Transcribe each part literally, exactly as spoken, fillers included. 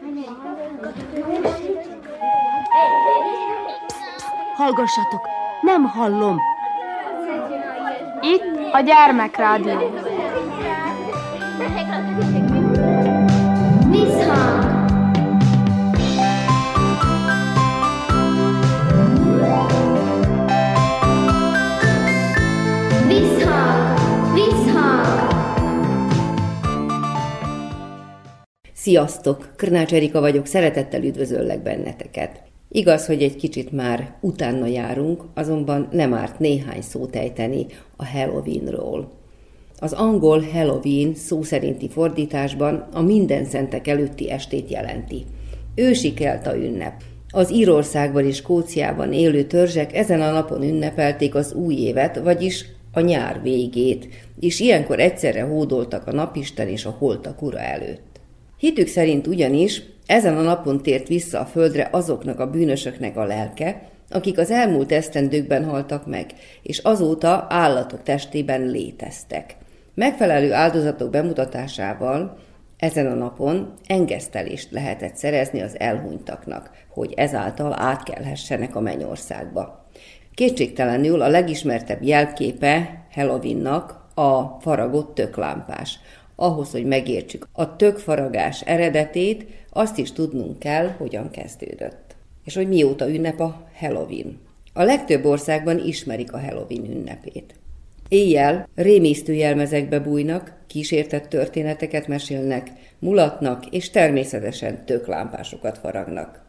Hallgassatok, nem hallom. Itt a Gyermekrádió. Visszhang. Visszhang. Visszhang. Sziasztok! Krnács Erika vagyok, szeretettel üdvözöllek benneteket. Igaz, hogy egy kicsit már utána járunk, azonban nem árt néhány szót ejteni a Halloweenról. Az angol Halloween szó szerinti fordításban a mindenszentek előtti estét jelenti. Ősi kelta ünnep. Az Írországban és Skóciában élő törzsek ezen a napon ünnepelték az új évet, vagyis a nyár végét, és ilyenkor egyszerre hódoltak a napisten és a holtak ura előtt. Hitük szerint ugyanis ezen a napon tért vissza a földre azoknak a bűnösöknek a lelke, akik az elmúlt esztendőkben haltak meg, és azóta állatok testében léteztek. Megfelelő áldozatok bemutatásával ezen a napon engesztelést lehetett szerezni az elhunytaknak, hogy ezáltal átkelhessenek a mennyországba. Kétségtelenül a legismertebb jelképe Halloweennak a faragott töklámpás. Ahhoz, hogy megértsük a tökfaragás eredetét, azt is tudnunk kell, hogyan kezdődött. És hogy mióta ünnep a Halloween. A legtöbb országban ismerik a Halloween ünnepét. Éjjel rémisztő jelmezekbe bújnak, kísértett történeteket mesélnek, mulatnak és természetesen töklámpásokat faragnak.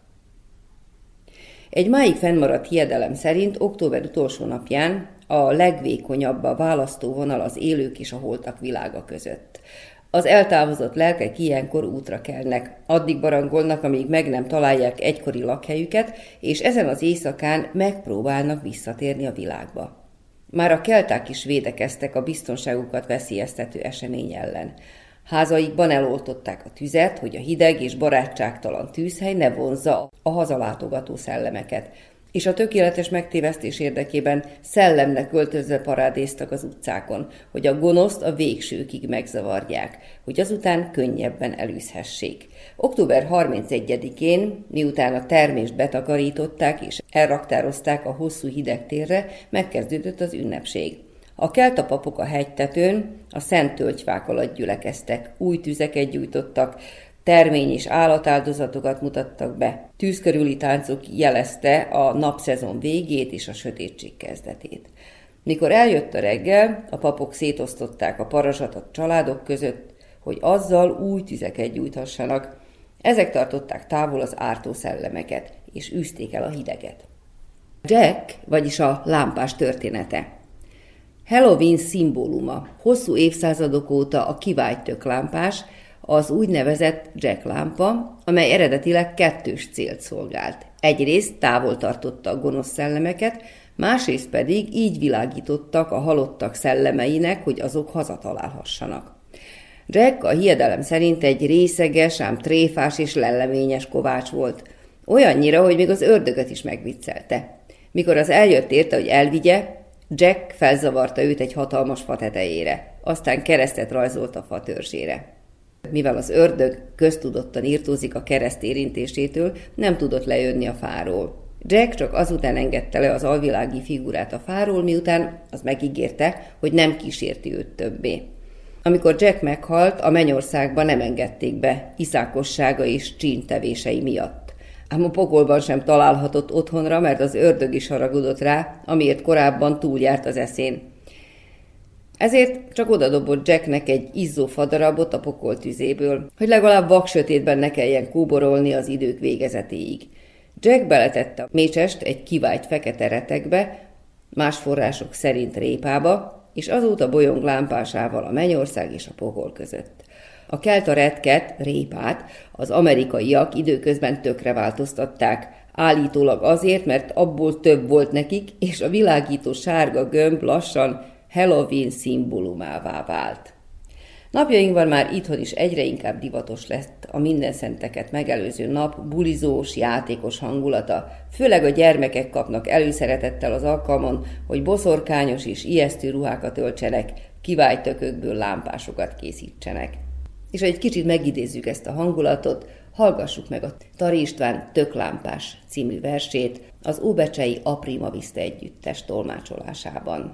Egy máig fennmaradt hiedelem szerint október utolsó napján a legvékonyabb a választóvonal az élők és a holtak világa között. Az eltávozott lelkek ilyenkor útra kelnek, addig barangolnak, amíg meg nem találják egykori lakhelyüket, és ezen az éjszakán megpróbálnak visszatérni a világba. Már a kelták is védekeztek a biztonságukat veszélyeztető esemény ellen. Házaikban eloltották a tüzet, hogy a hideg és barátságtalan tűzhely ne vonzza a hazalátogató szellemeket, és a tökéletes megtévesztés érdekében szellemnek öltözve parádéztak az utcákon, hogy a gonoszt a végsőkig megzavarják, hogy azután könnyebben elűzhessék. október harmincegyedikén, miután a termést betakarították és elraktározták a hosszú hideg térre, megkezdődött az ünnepség. A kelta papok a hegytetőn, a szent tölgyfák alatt gyülekeztek, új tüzeket gyújtottak, termény- és állatáldozatokat mutattak be. Tűz körüli táncok jelezte a napszezon végét és a sötétség kezdetét. Mikor eljött a reggel, a papok szétosztották a parazsatot családok között, hogy azzal új tüzeket gyújthassanak. Ezek tartották távol az ártó szellemeket, és űzték el a hideget. Jack, vagyis a lámpás története. Halloween szimbóluma. Hosszú évszázadok óta a kivált töklámpás, az úgynevezett Jack lámpa, amely eredetileg kettős célt szolgált. Egyrészt távol tartotta a gonosz szellemeket, másrészt pedig így világítottak a halottak szellemeinek, hogy azok hazatalálhassanak. Jack a hiedelem szerint egy részeges, ám tréfás és lelleményes kovács volt. Olyannyira, hogy még az ördögöt is megviccelte. Mikor az eljött érte, hogy elvigye, Jack felzavarta őt egy hatalmas fa tetejére, aztán keresztet rajzolt a fa törzsére. Mivel az ördög köztudottan irtózik a kereszt érintésétől, nem tudott lejönni a fáról. Jack csak azután engedte le az alvilági figurát a fáról, miután az megígérte, hogy nem kísérti őt többé. Amikor Jack meghalt, a mennyországba nem engedték be iszákossága és csíntevései miatt. Ám a pokolban sem találhatott otthonra, mert az ördög is haragudott rá, amiért korábban túljárt az eszén. Ezért csak odadobott Jacknek egy izzó fadarabot a pokol tüzéből, hogy legalább vaksötétben ne kelljen kóborolni az idők végezetéig. Jack beletette a mécsest egy kivált fekete retekbe, más források szerint répába, és azóta bolyong lámpásával a mennyország és a pokol között. A kelta retket, répát az amerikaiak időközben tökre változtatták, állítólag azért, mert abból több volt nekik, és a világító sárga gömb lassan Halloween szimbólumává vált. Napjainkban már itthon is egyre inkább divatos lett a mindenszenteket megelőző nap bulizós, játékos hangulata, főleg a gyermekek kapnak előszeretettel az alkalmon, hogy boszorkányos és ijesztő ruhákat öltsenek, kivált tökökből lámpásokat készítsenek. És ha egy kicsit megidézzük ezt a hangulatot, hallgassuk meg a Tari István Töklámpás című versét az óbecsei A Prima Vista együttes tolmácsolásában.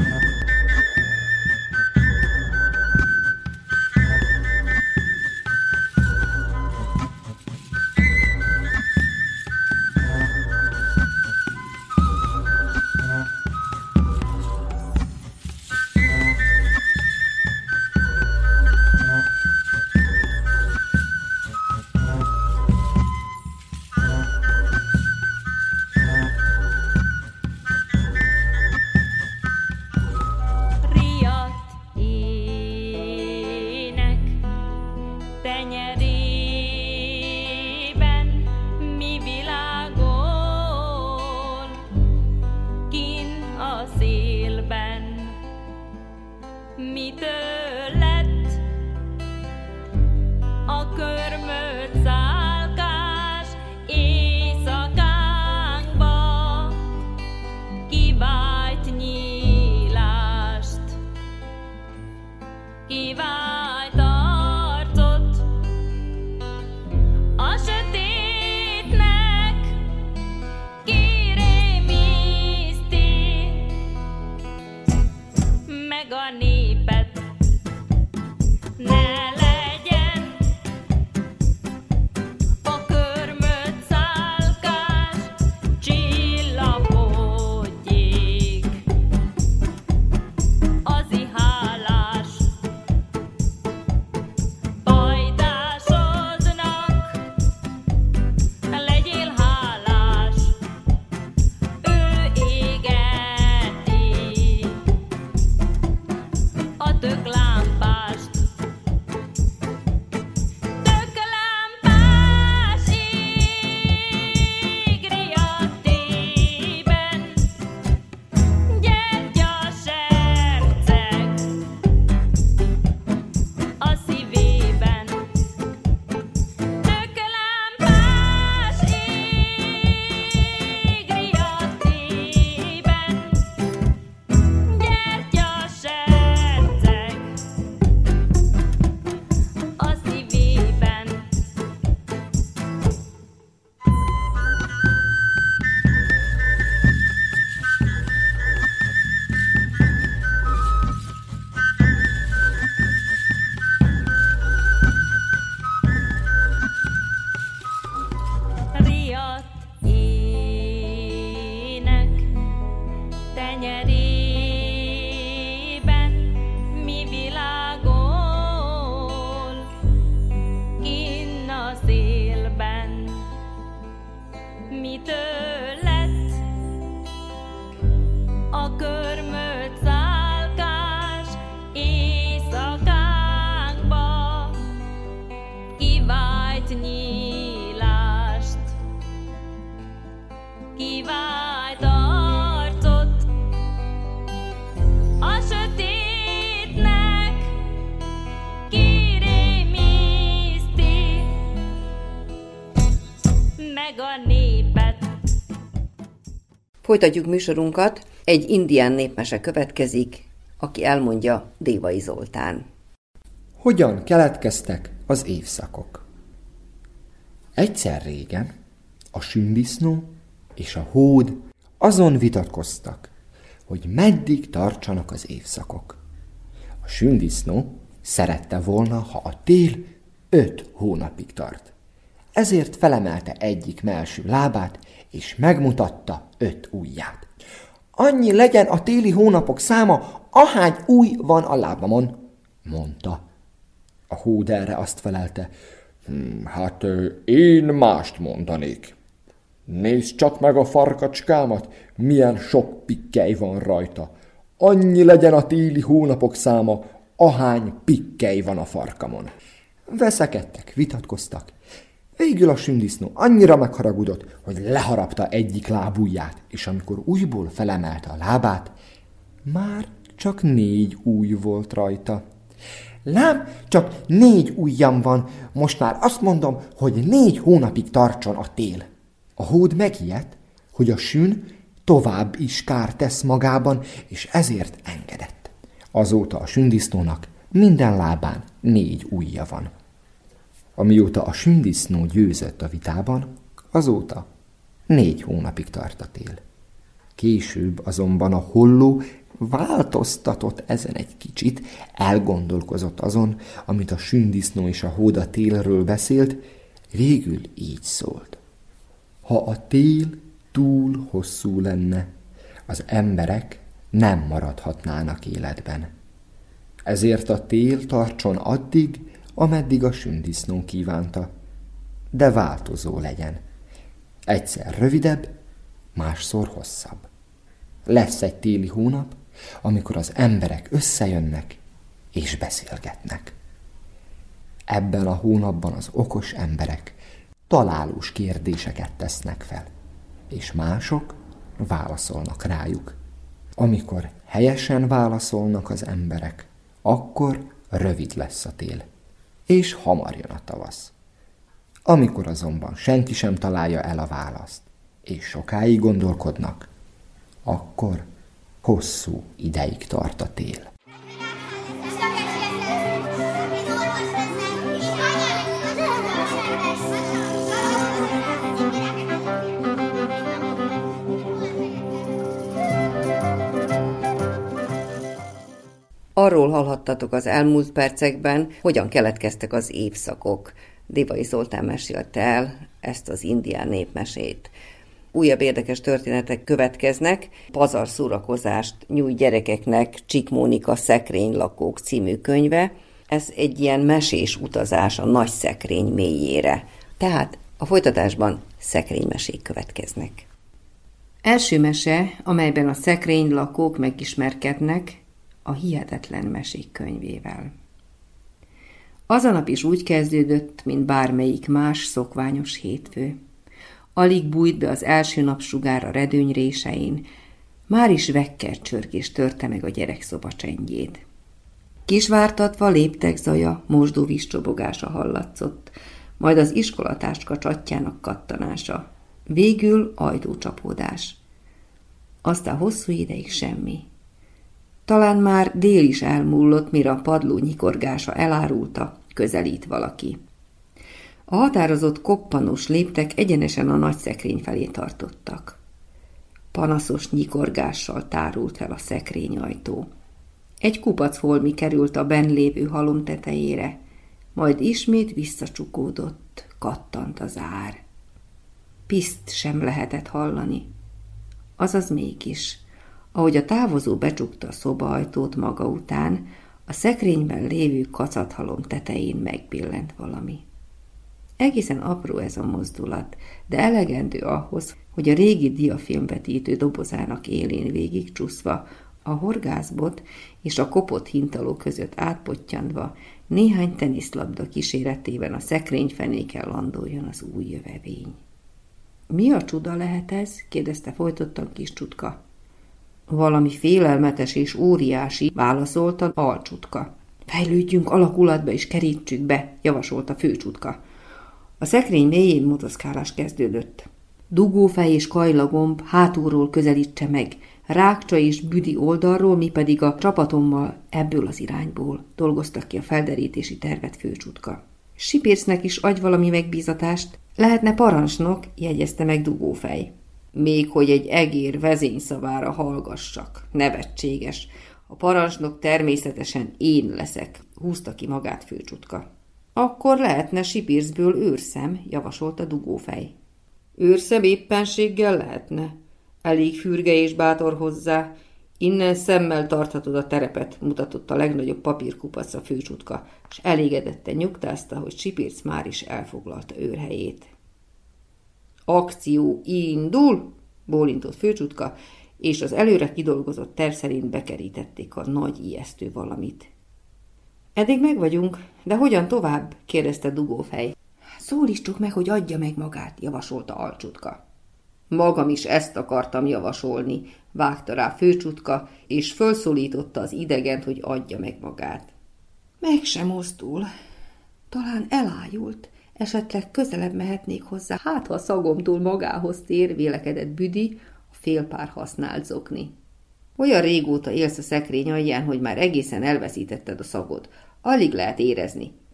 Folytatjuk műsorunkat, egy indián népmese következik, aki elmondja Dévai Zoltán. Hogyan keletkeztek az évszakok? Egyszer régen a sündisznó és a hód azon vitatkoztak, hogy meddig tartsanak az évszakok. A sündisznó szerette volna, ha a tél öt hónapig tart. Ezért felemelte egyik mellső lábát, és megmutatta öt ujját. Annyi legyen a téli hónapok száma, ahány ujj van a lábamon, mondta. A hód erre azt felelte, hm, hát én mást mondanék. Nézd csak meg a farkacskámat, milyen sok pikkely van rajta. Annyi legyen a téli hónapok száma, ahány pikkely van a farkamon. Veszekedtek, vitatkoztak. Végül a sündisznó annyira megharagudott, hogy leharapta egyik lábujját, és amikor újból felemelte a lábát, már csak négy ujj volt rajta. Lám, csak négy ujjam van, most már azt mondom, hogy négy hónapig tartson a tél. A hód megijedt, hogy a sün tovább is kárt tesz magában, és ezért engedett. Azóta a sündisznónak minden lábán négy ujja van. Amióta a sündisznó győzött a vitában, azóta négy hónapig tart a tél. Később azonban a holló változtatott ezen egy kicsit, elgondolkozott azon, amit a sündisznó és a hód a télről beszélt, végül így szólt. Ha a tél túl hosszú lenne, az emberek nem maradhatnának életben. Ezért a tél tartson addig, ameddig a sündisznó kívánta, de változó legyen. Egyszer rövidebb, másszor hosszabb. Lesz egy téli hónap, amikor az emberek összejönnek és beszélgetnek. Ebben a hónapban az okos emberek találós kérdéseket tesznek fel, és mások válaszolnak rájuk. Amikor helyesen válaszolnak az emberek, akkor rövid lesz a tél, és hamar jön a tavasz. Amikor azonban senki sem találja el a választ, és sokáig gondolkodnak, akkor hosszú ideig tart a tél. Arról hallhattatok az elmúlt percekben, hogyan keletkeztek az évszakok. Dévai Zoltán mesélte el ezt az indián népmesét. Újabb érdekes történetek következnek. Pazar szórakozást nyújt gyerekeknek Csik Mónika Szekrénylakók című könyve. Ez egy ilyen mesés utazás a nagy szekrény mélyére. Tehát a folytatásban szekrénymesék következnek. Első mese, amelyben a szekrénylakók megismerkednek, a Hihetetlen Mesék könyvével. Az a nap is úgy kezdődött, mint bármelyik más szokványos hétfő. Alig bújt be az első napsugár a redőny résein, már is vekkercsörgés törte meg a gyerekszoba csendjét. Kisvártatva léptek zaja, mosdóvíz csobogása hallatszott, majd az iskolatáska csatjának kattanása. Végül ajtócsapódás. Aztán hosszú ideig semmi. Talán már dél is elmullott, mire a padló nyikorgása elárulta, közelít valaki. A határozott koppanós léptek egyenesen a nagy szekrény felé tartottak. Panaszos nyikorgással tárult fel a szekrényajtó. Egy kupac holmi került a benn lévő halom tetejére, majd ismét visszacsukódott, kattant az ár. Piszt sem lehetett hallani. Azaz mégis, ahogy a távozó becsukta a szobaajtót maga után, a szekrényben lévő kacathalom tetején megbillent valami. Egészen apró ez a mozdulat, de elegendő ahhoz, hogy a régi diafilmvetítő dobozának élén végig csúszva, a horgászbot és a kopott hintaló között átpottyantva, néhány teniszlabda kíséretében a szekrényfenéken landoljon az új jövevény. Mi a csuda lehet ez? Kérdezte folytottan kis csutka. Valami félelmetes és óriási, válaszolta alcsutka. Fejlődjünk alakulatba és kerítsük be, javasolta főcsutka. A szekrény mélyén motoszkálás kezdődött. Dugófej és kajlagomb hátulról közelítse meg, Rákcsa és Büdi oldalról, mi pedig a csapatommal ebből az irányból dolgoztak ki a felderítési tervet főcsutka. Sipércnek is adj valami megbízatást, lehetne parancsnok, jegyezte meg Dugófej. Még hogy egy egér vezényszavára hallgassak, nevetséges. A parancsnok természetesen én leszek, húzta ki magát főcsutka. Akkor lehetne Sipircből őrszem, javasolta Dugófej. Őrszem éppenséggel lehetne. Elég fürge és bátor hozzá. Innen szemmel tarthatod a terepet, mutatott a legnagyobb papírkupac a főcsutka, és elégedetten nyugtázta, hogy Sipirc már is elfoglalta őrhelyét. Akció indul, bólintott főcsutka, és az előre kidolgozott terv szerint bekerítették a nagy ijesztő valamit. Eddig meg vagyunk, de hogyan tovább? Kérdezte Dugófej. Szólítsuk meg, hogy adja meg magát, javasolta alcsutka. Magam is ezt akartam javasolni, vágta rá főcsutka, és fölszólította az idegent, hogy adja meg magát. Meg sem mozdul. Talán elájult, esetleg közelebb mehetnék hozzá, hát ha a szagomtól magához tér, vélekedett Büdi, a félpár használt zokni. Olyan régóta élsz a szekrény alján, hogy már egészen elveszítetted a szagod. Alig lehet érezni.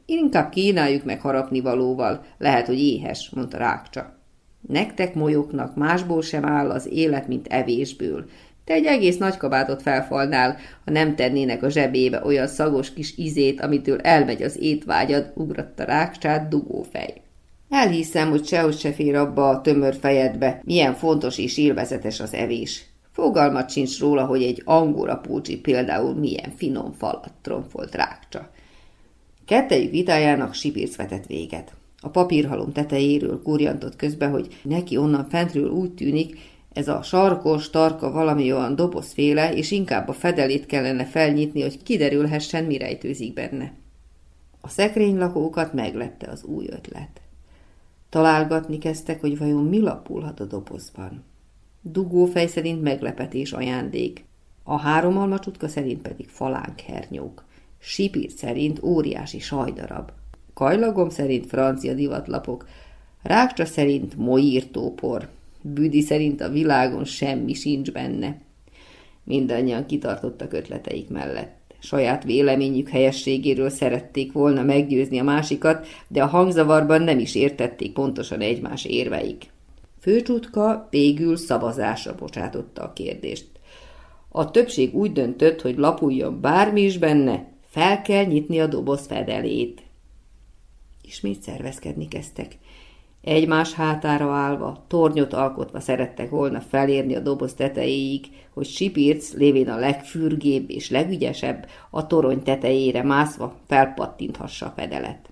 Inkább kínáljuk meg harapnivalóval, lehet, hogy éhes, mondta Rákcsa. Nektek molyoknak másból sem áll az élet, mint evésből. Te egy egész nagy kabátot felfalnál, ha nem tennének a zsebébe olyan szagos kis izét, amitől elmegy az étvágyad, ugratta Rákcsát Dugófej. Elhiszem, hogy sehogy se fér abba a tömör fejedbe, milyen fontos és élvezetes az evés. Fogalmat sincs róla, hogy egy angora pulcsi például milyen finom falat, tromfolt Rákcsa. Kettejük vitájának Sipirc vetett véget. A papírhalom tetejéről kurjantott közbe, hogy neki onnan fentről úgy tűnik, ez a sarkos, tarka valami olyan dobozféle, és inkább a fedelét kellene felnyitni, hogy kiderülhessen, mi rejtőzik benne. A szekrénylakókat meglepte az új ötlet. Találgatni kezdtek, hogy vajon mi lapulhat a dobozban. Dugófej szerint meglepetés ajándék, a három almacsutka szerint pedig falánkhernyók, Sipirc szerint óriási sajdarab, Kajlagom szerint francia divatlapok, Rákcsa szerint moírtópor, Büdi szerint a világon semmi sincs benne. Mindannyian kitartottak ötleteik mellett. Saját véleményük helyességéről szerették volna meggyőzni a másikat, de a hangzavarban nem is értették pontosan egymás érveik. Főcsutka végül szavazásra bocsátotta a kérdést. A többség úgy döntött, hogy lapuljon bármi is benne, fel kell nyitni a doboz fedelét. Ismét szervezkedni kezdtek. Egymás hátára állva, tornyot alkotva szerettek volna felérni a doboz tetejéig, hogy Sipirc, lévén a legfürgébb és legügyesebb, a torony tetejére mászva felpattinthassa a fedelet.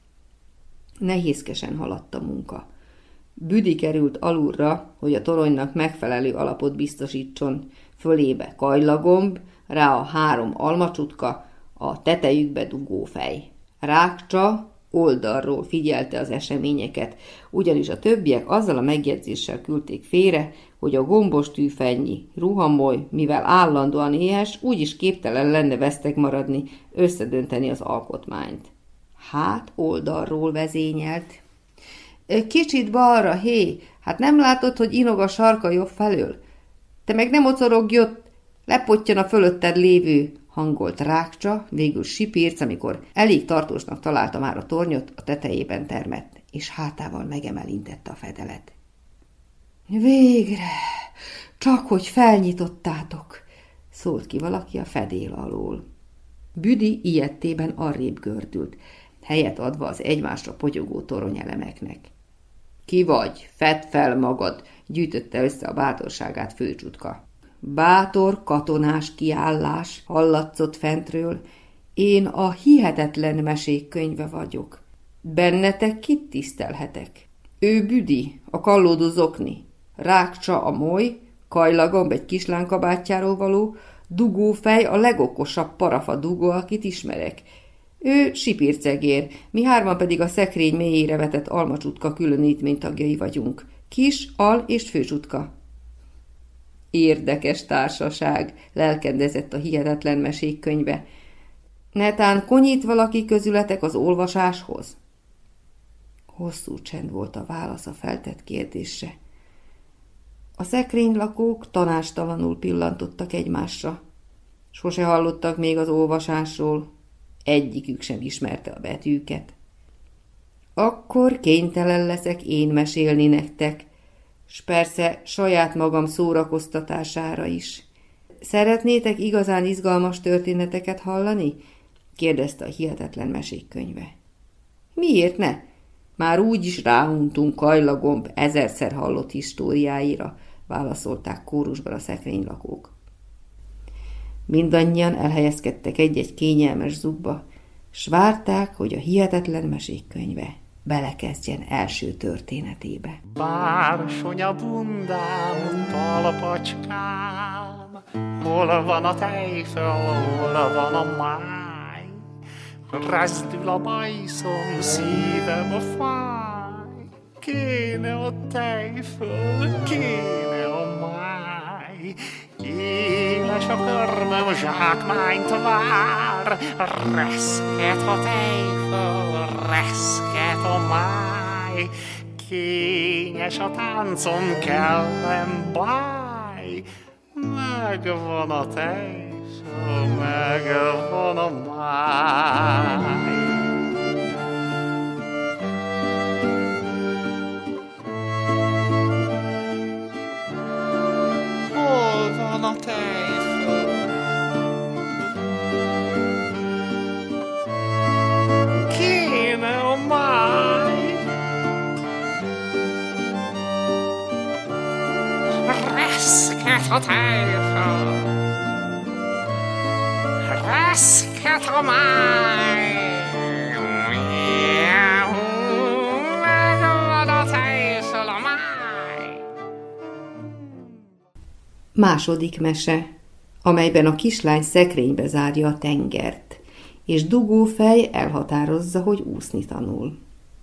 Nehézkesen haladt a munka. Büdi került alulra, hogy a toronynak megfelelő alapot biztosítson, fölébe Kajlagomb, rá a három almacsutka, a tetejükbe Dugófej. Rákcsa oldalról figyelte az eseményeket, ugyanis a többiek azzal a megjegyzéssel küldték félre, hogy a gombos tűfennyi ruhamoly, mivel állandóan éhes, úgyis képtelen lenne veszteg maradni, összedönteni az alkotmányt. Hát oldalról vezényelt. Kicsit balra, hé, hát nem látod, hogy inog a sarka jobb felől? Te meg nem ocorogj ott, lepottyan a fölötted lévő, hangolt Rákcsa, végül Sipirc, amikor elég tartósnak találta már a tornyot, a tetejében termett, és hátával megemelintette a fedelet. Végre, csak hogy felnyitottátok, szólt ki valaki a fedél alól. Büdi ijedtében arrébb gördült, helyet adva az egymásra potyogó toronyelemeknek. Ki vagy? Fedd fel magad, gyűjtötte össze a bátorságát Főcsutka. Bátor katonás kiállás hallatszott fentről, én a hihetetlen mesék könyve vagyok. Bennetek kit tisztelhetek? Ő Büdi, a kallódó zokni, Rákcsa a moly, Kajlagomb egy kislánkabátjáról való, Dugófej a legokosabb parafa dugó, akit ismerek. Ő Sipircegér, mi hárman pedig a szekrény mélyére vetett almacsutka különítmény tagjai vagyunk. Kis, al és Főcsutka. Érdekes társaság, lelkendezett a hihetetlen mesék könyve. Netán konyít valaki közületek az olvasáshoz? Hosszú csend volt a válasz a feltett kérdésre. A szekrénylakók tanástalanul pillantottak egymásra. Sose hallottak még az olvasásról, egyikük sem ismerte a betűket. Akkor kénytelen leszek én mesélni nektek, s persze saját magam szórakoztatására is. Szeretnétek igazán izgalmas történeteket hallani? Kérdezte a hihetetlen mesék könyve. Miért ne? Már úgy is ráuntunk Kajlagomb ezerszer hallott históriáira, válaszolták kórusban a szekrénylakók. Mindannyian elhelyezkedtek egy-egy kényelmes zugba, s várták, hogy a hihetetlen mesék könyve belekezdjen első történetébe. Bársony a bundám, talpacskám, hol van a tejföl, hol van a máj? Rezdül a bajszom, szívem a fáj. Kéne a tejföl, kéne a máj. Éles a körmöm, zsákmányt vár, reszket a tejföl, reszket a máj. Kényes a táncom, kellem báj, megvan a tejföl, megvan a máj. Reszket a tejföl, reszket a máj, megvad a tejföl a máj. Második mese, amelyben a kislány szekrénybe zárja a tengert, és Dugófej elhatározza, hogy úszni tanul.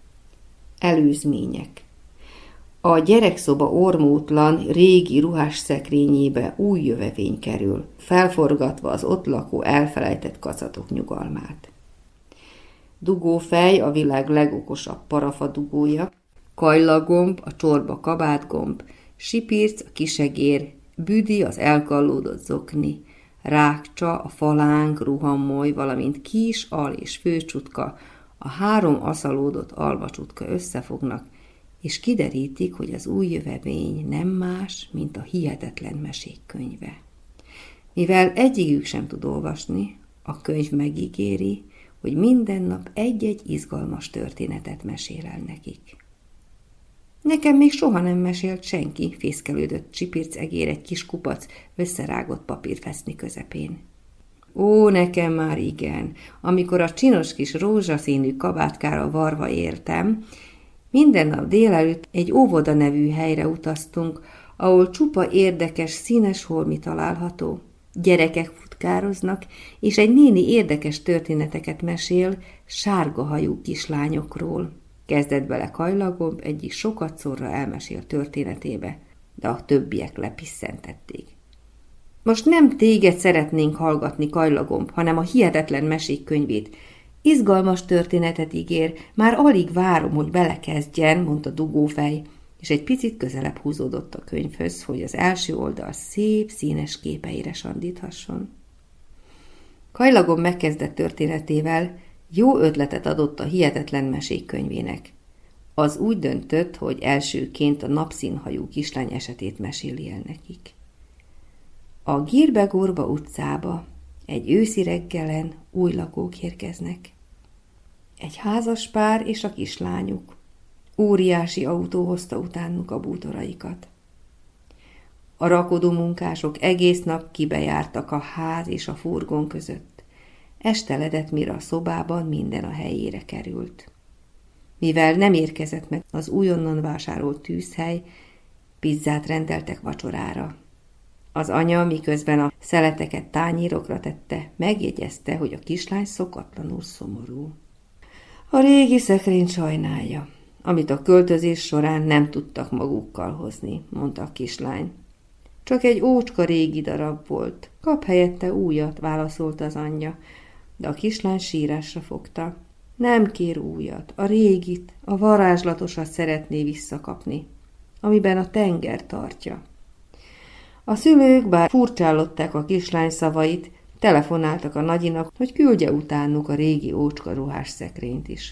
Előzmények. A gyerekszoba ormótlan, régi ruhás szekrényébe új jövevény kerül, felforgatva az ott lakó elfelejtett kacatok nyugalmát. Dugófej a világ legokosabb parafadugója, Kajlagomb a csorba kabátgomb, Sipirc a kisegér, Büdi az elkallódott zokni, Rákcsa a falánk, ruhammoly, valamint Kis, Al és Főcsutka, a három aszalódott alvacsutka összefognak, és kiderítik, hogy az új jövevény nem más, mint a hihetetlen mesék könyve. Mivel egyikük sem tud olvasni, a könyv megígéri, hogy minden nap egy-egy izgalmas történetet mesél el nekik. Nekem még soha nem mesélt senki, fészkelődött Sipirc egér egy kis kupac összerágott papírfeszni közepén. Ó, nekem már igen, amikor a csinos kis rózsaszínű kabátkára varva értem, minden nap délelőtt egy óvoda nevű helyre utaztunk, ahol csupa érdekes, színes holmi található. Gyerekek futkároznak, és egy néni érdekes történeteket mesél sárga hajú kislányokról. Kezdett bele Kajlagomb egyik sokatszorra elmesélt történetébe, de a többiek lepisszentették. Most nem téged szeretnénk hallgatni, Kajlagomb, hanem a hihetetlen mesék könyvét. Izgalmas történetet ígér, már alig várom, hogy belekezdjen, mondta Dugófej, és egy picit közelebb húzódott a könyvhöz, hogy az első oldal szép, színes képeire sandíthasson. Kajlagomb megkezdett történetével, jó ötletet adott a hihetetlen mesék könyvének. Az úgy döntött, hogy elsőként a napszínhajú kislány esetét meséli el nekik. A Gírbegorba utcába egy őszi reggelen új lakók érkeznek. Egy házas pár és a kislányuk. Óriási autó hozta utánuk a bútoraikat. A rakodó munkások egész nap kibejártak a ház és a furgon között. Esteledett, mire a szobában minden a helyére került. Mivel nem érkezett meg az újonnan vásárolt tűzhely, pizzát rendeltek vacsorára. Az anya, miközben a szeleteket tányérokra tette, megjegyezte, hogy a kislány szokatlanul szomorú. A régi szekrény sajnálja, amit a költözés során nem tudtak magukkal hozni, mondta a kislány. Csak egy ócska régi darab volt, kap helyette újat, válaszolta az anyja, de a kislány sírásra fogta. Nem kér újat, a régit, a varázslatosat szeretné visszakapni, amiben a tenger tartja. A szülők, bár furcsálották a kislány szavait, telefonáltak a nagyinak, hogy küldje utánuk a régi ócska ruhás szekrényt is.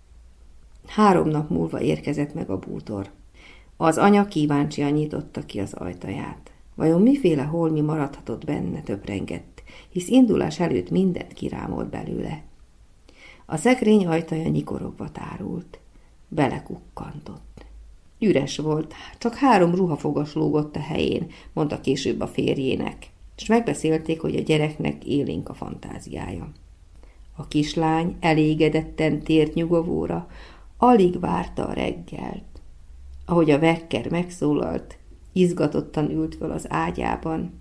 Három nap múlva érkezett meg a bútor. Az anya kíváncsian nyitotta ki az ajtaját. Vajon miféle holmi maradhatott benne, töprengett, hisz indulás előtt mindent kirámolt belőle. A szekrény ajtaja nyikorogva tárult. Belekukkantott. Üres volt, csak három ruhafogas lógott a helyén, mondta később a férjének, és megbeszélték, hogy a gyereknek élénk a fantáziája. A kislány elégedetten tért nyugovóra, alig várta a reggelt. Ahogy a vekker megszólalt, izgatottan ült föl az ágyában.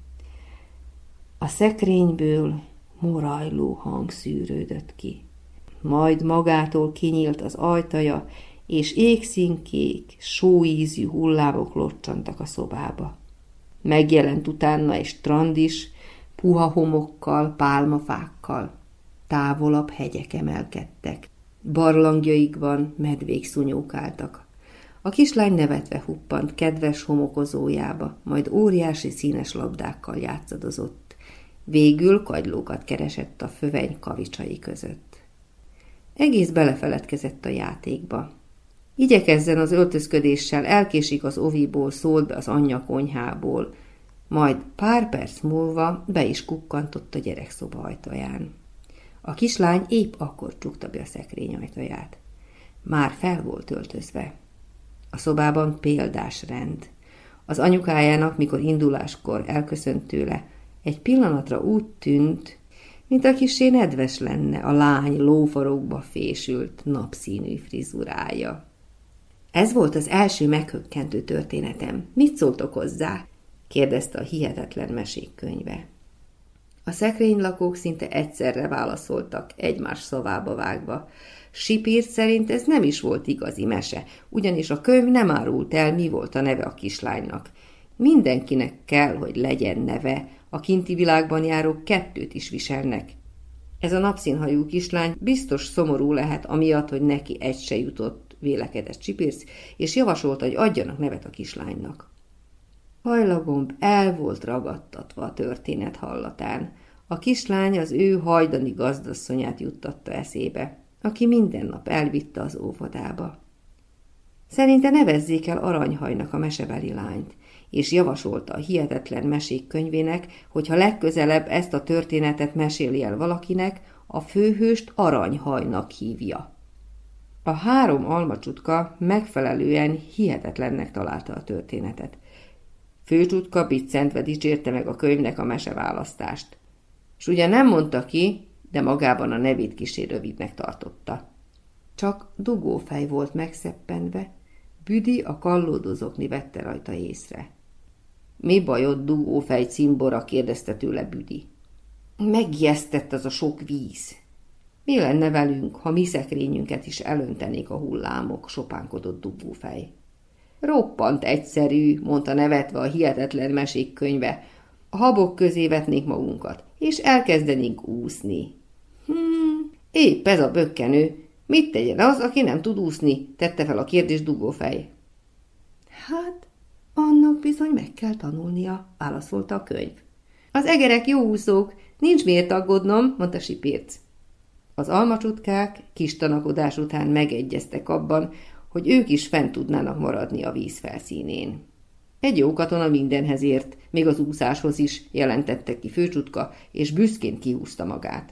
A szekrényből morajló hang szűrődött ki. Majd magától kinyílt az ajtaja, és égszínkék, sóízű hullámok locsantak a szobába. Megjelent utána egy strand is, puha homokkal, pálmafákkal. Távolabb hegyek emelkedtek. Barlangjaikban medvék szunyókáltak. A kislány nevetve huppant kedves homokozójába, majd óriási színes labdákkal játszadozott. Végül kagylókat keresett a föveny kavicsai között. Egész belefeledkezett a játékba. Igyekezzen az öltözködéssel, elkésik az oviból, szólt be az anyja konyhából, majd pár perc múlva be is kukkantott a gyerekszoba ajtaján. A kislány épp akkor csukta be a szekrény ajtaját. Már fel volt öltözve. A szobában példás rend. Az anyukájának, mikor induláskor elköszönt tőle, egy pillanatra úgy tűnt, mint a kissé nedves lenne a lány lófarokba fésült, napszínű frizurája. Ez volt az első meghökkentő történetem. Mit szóltok hozzá? Kérdezte a hihetetlen mesék könyve. A szekrénylakók szinte egyszerre válaszoltak, egymás szavába vágva. Sipírt szerint ez nem is volt igazi mese, ugyanis a könyv nem árult el, mi volt a neve a kislánynak. Mindenkinek kell, hogy legyen neve, a kinti világban járók kettőt is viselnek. Ez a napszínhajú kislány biztos szomorú lehet, amiatt, hogy neki egy se jutott, vélekedett Csipirc, és javasolta, hogy adjanak nevet a kislánynak. Hajlagomb el volt ragadtatva a történet hallatán. A kislány az ő hajdani gazdasszonyát juttatta eszébe, aki minden nap elvitte az óvodába. Szerinte nevezzék el Aranyhajnak a mesebeli lányt, és javasolta a hihetetlen mesék könyvének, hogy ha legközelebb ezt a történetet meséli el valakinek, a főhőst Aranyhajnak hívja. A három almacsutka megfelelően hihetetlennek találta a történetet. Főcsutka biccentve dicsérte meg a könyvnek a meseválasztást. S ugye nem mondta ki, de magában a nevét kissé rövidnek tartotta. Csak Dugófej volt megszeppenve, Büdi a kallódozokni vette rajta észre. Mi bajod, Dugófej cimbora? Kérdezte tőle Büdi. Megijesztett az a sok víz. Mi lenne velünk, ha mi szekrényünket is elöntenék a hullámok, sopánkodott Dugófej. Roppant egyszerű, mondta nevetve a hihetetlen mesék könyve. A habok közé vetnék magunkat, és elkezdenénk úszni. Hmm, épp ez a bökkenő. Mit tegyen az, aki nem tud úszni? Tette fel a kérdést Dugófej. Hát, annak bizony meg kell tanulnia, válaszolta a könyv. Az egerek jó úszók, nincs miért aggódnom, mondta Sipirc. Az almacsutkák kis tanakodás után megegyeztek abban, hogy ők is fent tudnának maradni a víz felszínén. Egy jó katona mindenhez ért, még az úszáshoz is, jelentette ki Főcsutka, és büszkén kihúzta magát.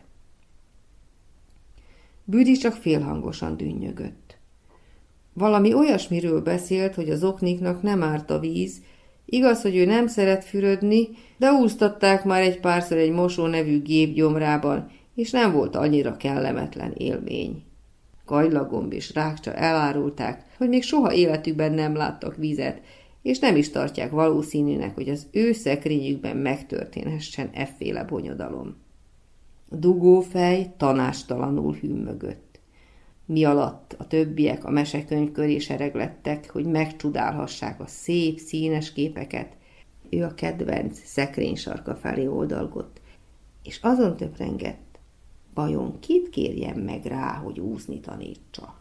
Büdi csak félhangosan dünnyögött. Valami olyasmiről beszélt, hogy az okniknak nem árt a víz, igaz, hogy ő nem szeret fürödni, de úsztatták már egy párszor egy Mosó nevű gép gyomrában, és nem volt annyira kellemetlen élmény. Kagylagomb és Rákcsa elárulták, hogy még soha életükben nem láttak vizet, és nem is tartják valószínűnek, hogy az ő szekrényükben megtörténhessen efféle bonyodalom. Dugófej tanástalanul hümmögött. Mi alatt a többiek a mesekönyv köré sereglettek, hogy megcsodálhassák a szép, színes képeket, ő a kedvenc szekrénysarka felé oldalgott, és azon töprengett, vajon kit kérjen meg rá, hogy úszni tanítsa.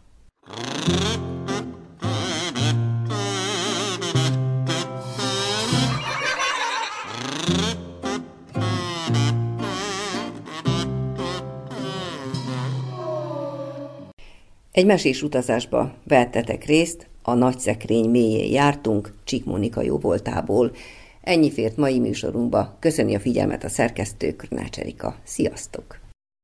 Egy mesés utazásba vettetek részt, a nagy szekrény mélyén jártunk, Csik Mónika jóvoltából. Ennyi fért mai műsorunkba. Köszöni a figyelmet a szerkesztő, Krnács Erika. Sziasztok!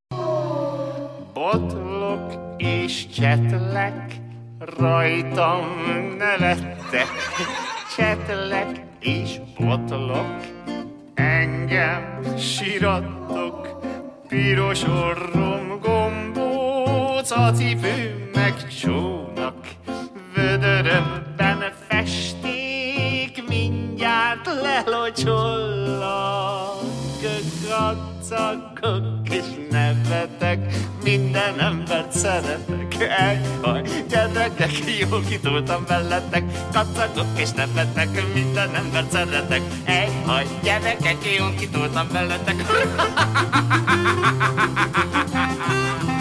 Botlok és csetlek, rajtam nevettek. Csetlek és botlok, engem sirattok. Piros orrom gombóc, a cipőm meg csónak. Vödörömben festék, mindjárt lelocsollak. Kacagok és nevetek, minden embert szeretek. Ejjaj, gyerekek, jól kitoltam veletek. Kacagok és nevetek, minden embert szeretek. Ejjaj, gyerekek, jól kitoltam veletek.